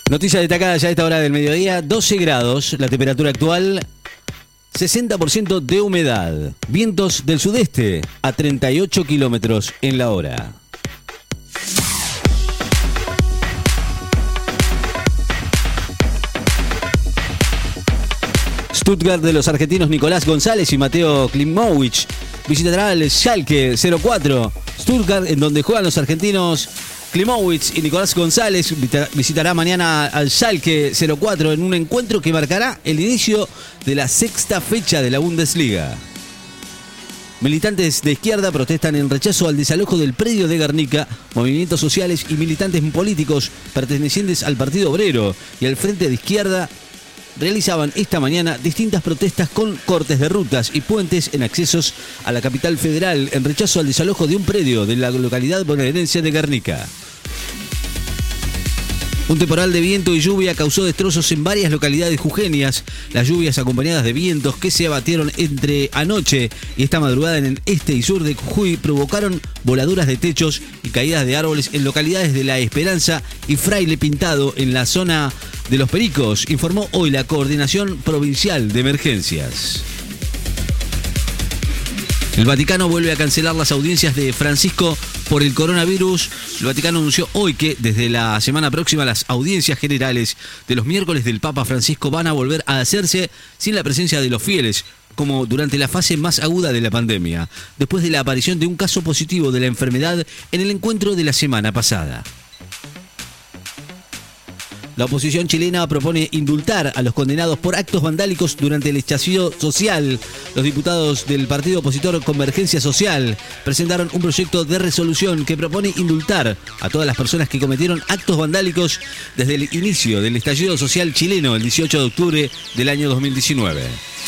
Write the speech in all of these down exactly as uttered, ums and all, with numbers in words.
Noticia destacada ya a esta hora del mediodía, doce grados, la temperatura actual, sesenta por ciento de humedad, vientos del sudeste a treinta y ocho kilómetros en la hora. Stuttgart de los argentinos Nicolás González y Mateo Klimowicz visitará el Schalke cero cuatro. Stuttgart, en donde juegan los argentinos Klimowicz y Nicolás González, visitará mañana al Schalke cero cuatro en un encuentro que marcará el inicio de la sexta fecha de la Bundesliga. Militantes de izquierda protestan en rechazo al desalojo del predio de Guernica. Movimientos sociales y militantes políticos pertenecientes al Partido Obrero y al Frente de Izquierda realizaban esta mañana distintas protestas con cortes de rutas y puentes en accesos a la capital federal en rechazo al desalojo de un predio de la localidad bonaerense de Guernica. Un temporal de viento y lluvia causó destrozos en varias localidades jujeñas. Las lluvias acompañadas de vientos que se abatieron entre anoche y esta madrugada en el este y sur de Jujuy provocaron voladuras de techos y caídas de árboles en localidades de La Esperanza y Fraile Pintado en la zona de Los Pericos, informó hoy la Coordinación Provincial de Emergencias. El Vaticano vuelve a cancelar las audiencias de Francisco por el coronavirus. El Vaticano anunció hoy que desde la semana próxima las audiencias generales de los miércoles del Papa Francisco van a volver a hacerse sin la presencia de los fieles, como durante la fase más aguda de la pandemia, después de la aparición de un caso positivo de la enfermedad en el encuentro de la semana pasada. La oposición chilena propone indultar a los condenados por actos vandálicos durante el estallido social. Los diputados del partido opositor Convergencia Social presentaron un proyecto de resolución que propone indultar a todas las personas que cometieron actos vandálicos desde el inicio del estallido social chileno el dieciocho de octubre del año dos mil diecinueve.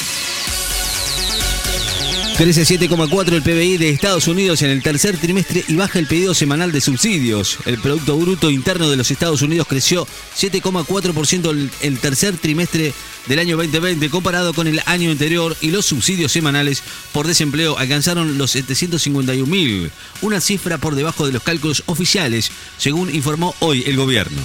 Crece siete coma cuatro el P B I de Estados Unidos en el tercer trimestre y baja el pedido semanal de subsidios. El Producto Bruto Interno de los Estados Unidos creció siete coma cuatro por ciento el tercer trimestre del año veinte veinte comparado con el año anterior y los subsidios semanales por desempleo alcanzaron los setecientos cincuenta y un mil, una cifra por debajo de los cálculos oficiales, según informó hoy el gobierno.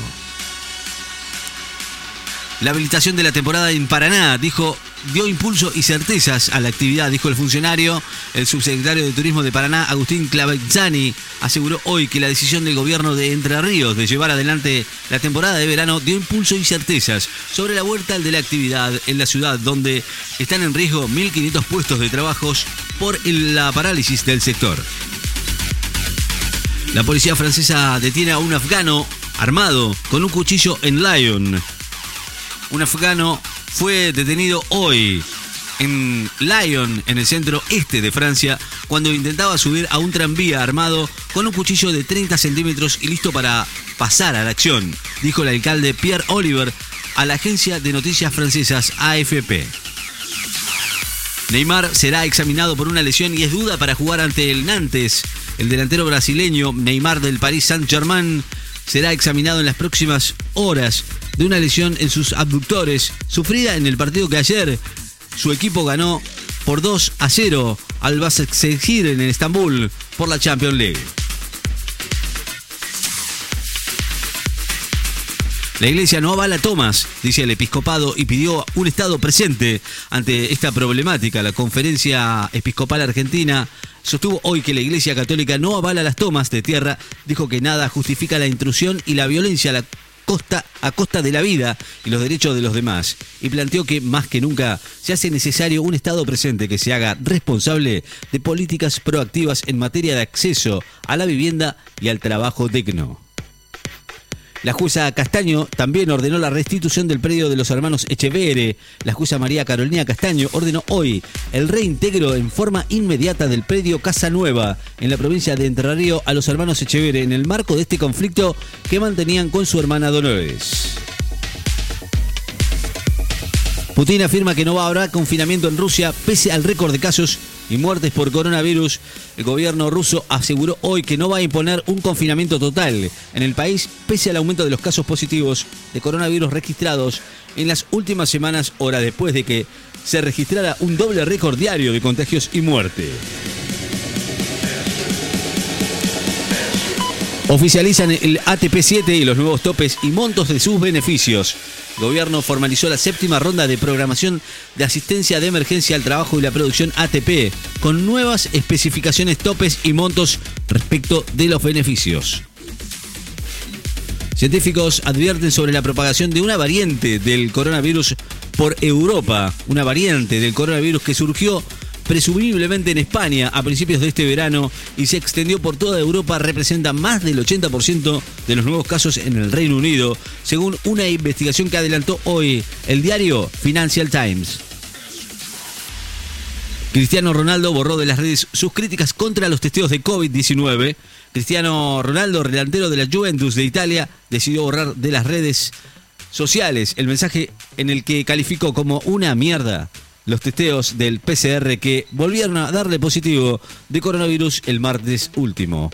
La habilitación de la temporada en Paraná, dijo, dio impulso y certezas a la actividad, dijo el funcionario. El subsecretario de Turismo de Paraná, Agustín Clavezzani, aseguró hoy que la decisión del gobierno de Entre Ríos de llevar adelante la temporada de verano dio impulso y certezas sobre la vuelta de la actividad en la ciudad, donde están en riesgo mil quinientos puestos de trabajo por la parálisis del sector. La policía francesa detiene a un afgano armado con un cuchillo en Lyon. Un afgano fue detenido hoy en Lyon, en el centro este de Francia, cuando intentaba subir a un tranvía armado con un cuchillo de treinta centímetros y listo para pasar a la acción, dijo el alcalde Pierre Oliver a la agencia de noticias francesas A F P. Neymar será examinado por una lesión y es duda para jugar ante el Nantes. El delantero brasileño Neymar del Paris Saint-Germain será examinado en las próximas horas de una lesión en sus abductores sufrida en el partido que ayer su equipo ganó por dos a cero al Başakşehir en Estambul por la Champions League. La iglesia no avala tomas, dice el episcopado, y pidió un Estado presente ante esta problemática. La Conferencia Episcopal Argentina sostuvo hoy que la Iglesia Católica no avala las tomas de tierra, dijo que nada justifica la intrusión y la violencia a la costa, a costa de la vida y los derechos de los demás, y planteó que más que nunca se hace necesario un Estado presente que se haga responsable de políticas proactivas en materia de acceso a la vivienda y al trabajo digno. La jueza Castaño también ordenó la restitución del predio de los hermanos Echeverre. La jueza María Carolina Castaño ordenó hoy el reintegro en forma inmediata del predio Casa Nueva en la provincia de Entre Ríos a los hermanos Echeverre en el marco de este conflicto que mantenían con su hermana Dolores. Putin afirma que no va a haber confinamiento en Rusia pese al récord de casos y muertes por coronavirus. El gobierno ruso aseguró hoy que no va a imponer un confinamiento total en el país pese al aumento de los casos positivos de coronavirus registrados en las últimas semanas, horas después de que se registrara un doble récord diario de contagios y muerte. Oficializan el A T P siete y los nuevos topes y montos de sus beneficios. El gobierno formalizó la séptima ronda de programación de asistencia de emergencia al trabajo y la producción A T P, con nuevas especificaciones, topes y montos respecto de los beneficios. Científicos advierten sobre la propagación de una variante del coronavirus por Europa, una variante del coronavirus que surgió presumiblemente en España a principios de este verano y se extendió por toda Europa. Representa más del ochenta por ciento de los nuevos casos en el Reino Unido, según una investigación que adelantó hoy el diario Financial Times. Cristiano Ronaldo borró de las redes sus críticas contra los testeos de COVID diecinueve. Cristiano Ronaldo, delantero de la Juventus de Italia, decidió borrar de las redes sociales el mensaje en el que calificó como una mierda los testeos del P C R que volvieron a darle positivo de coronavirus el martes último.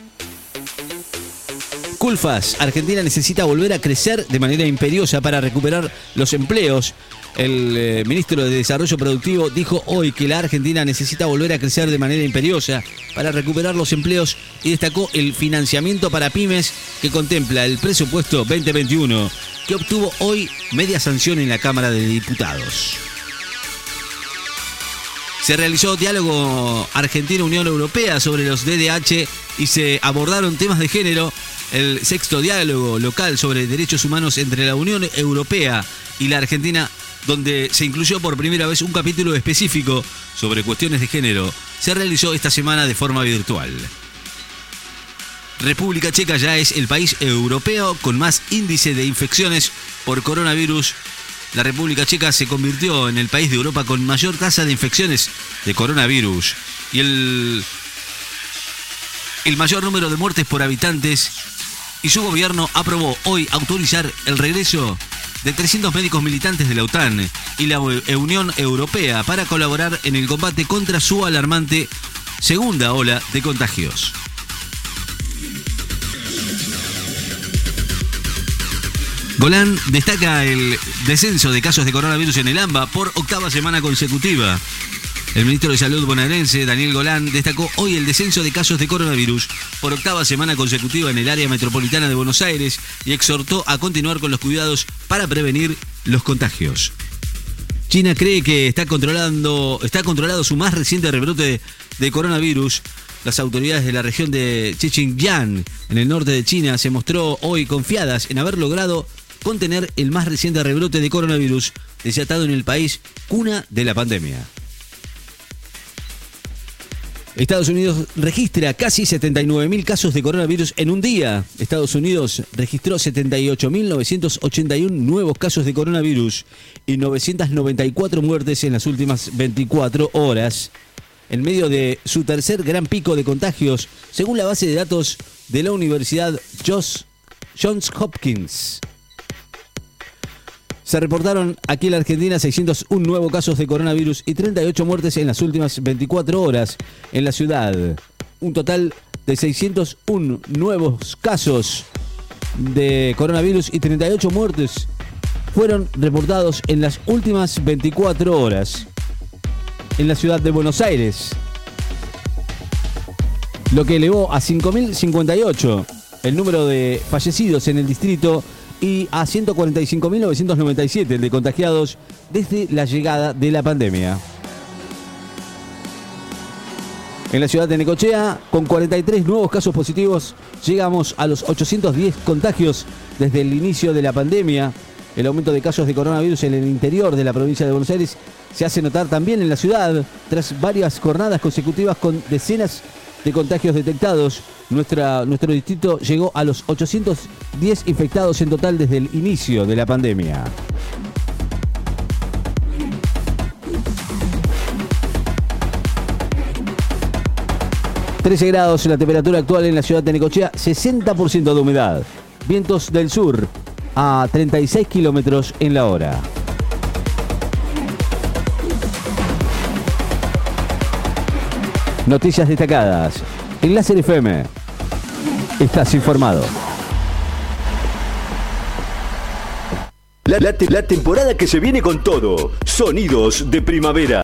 Culfas, Argentina necesita volver a crecer de manera imperiosa para recuperar los empleos. El eh, ministro de Desarrollo Productivo dijo hoy que la Argentina necesita volver a crecer de manera imperiosa para recuperar los empleos y destacó el financiamiento para pymes que contempla el presupuesto veinte veintiuno, que obtuvo hoy media sanción en la Cámara de Diputados. Se realizó diálogo Argentina-Unión Europea sobre los D D H y se abordaron temas de género. El sexto diálogo local sobre derechos humanos entre la Unión Europea y la Argentina, donde se incluyó por primera vez un capítulo específico sobre cuestiones de género, se realizó esta semana de forma virtual. República Checa ya es el país europeo con más índice de infecciones por coronavirus. La República Checa se convirtió en el país de Europa con mayor tasa de infecciones de coronavirus y el, el mayor número de muertes por habitantes, y su gobierno aprobó hoy autorizar el regreso de trescientos médicos militantes de la OTAN y la Unión Europea para colaborar en el combate contra su alarmante segunda ola de contagios. Golán destaca el descenso de casos de coronavirus en el AMBA por octava semana consecutiva. El ministro de Salud bonaerense, Daniel Golán, destacó hoy el descenso de casos de coronavirus por octava semana consecutiva en el área metropolitana de Buenos Aires y exhortó a continuar con los cuidados para prevenir los contagios. China cree que está controlando, está controlado su más reciente rebrote de, de coronavirus. Las autoridades de la región de Xinjiang, en el norte de China, se mostró hoy confiadas en haber logrado contener el más reciente rebrote de coronavirus desatado en el país, cuna de la pandemia. Estados Unidos registra casi setenta y nueve mil casos de coronavirus en un día. Estados Unidos registró setenta y ocho mil novecientos ochenta y uno nuevos casos de coronavirus y novecientas noventa y cuatro muertes en las últimas veinticuatro horas, en medio de su tercer gran pico de contagios, según la base de datos de la Universidad Johns Hopkins. Se reportaron aquí en la Argentina seiscientos uno nuevos casos de coronavirus y treinta y ocho muertes en las últimas veinticuatro horas en la ciudad. Un total de seiscientos uno nuevos casos de coronavirus y treinta y ocho muertes fueron reportados en las últimas veinticuatro horas en la ciudad de Buenos Aires, lo que elevó a cinco mil cincuenta y ocho el número de fallecidos en el distrito y a ciento cuarenta y cinco mil novecientos noventa y siete el de contagiados desde la llegada de la pandemia. En la ciudad de Necochea, con cuarenta y tres nuevos casos positivos, llegamos a los ochocientos diez contagios desde el inicio de la pandemia. El aumento de casos de coronavirus en el interior de la provincia de Buenos Aires se hace notar también en la ciudad, tras varias jornadas consecutivas con decenas de contagios detectados. Nuestra, nuestro distrito llegó a los ochocientos diez infectados en total desde el inicio de la pandemia. trece grados la temperatura actual en la ciudad de Necochea, sesenta por ciento de humedad. Vientos del sur a treinta y seis kilómetros en la hora. Noticias destacadas. En Láser F M. Estás informado. La, la, la temporada que se viene con todo. Sonidos de primavera.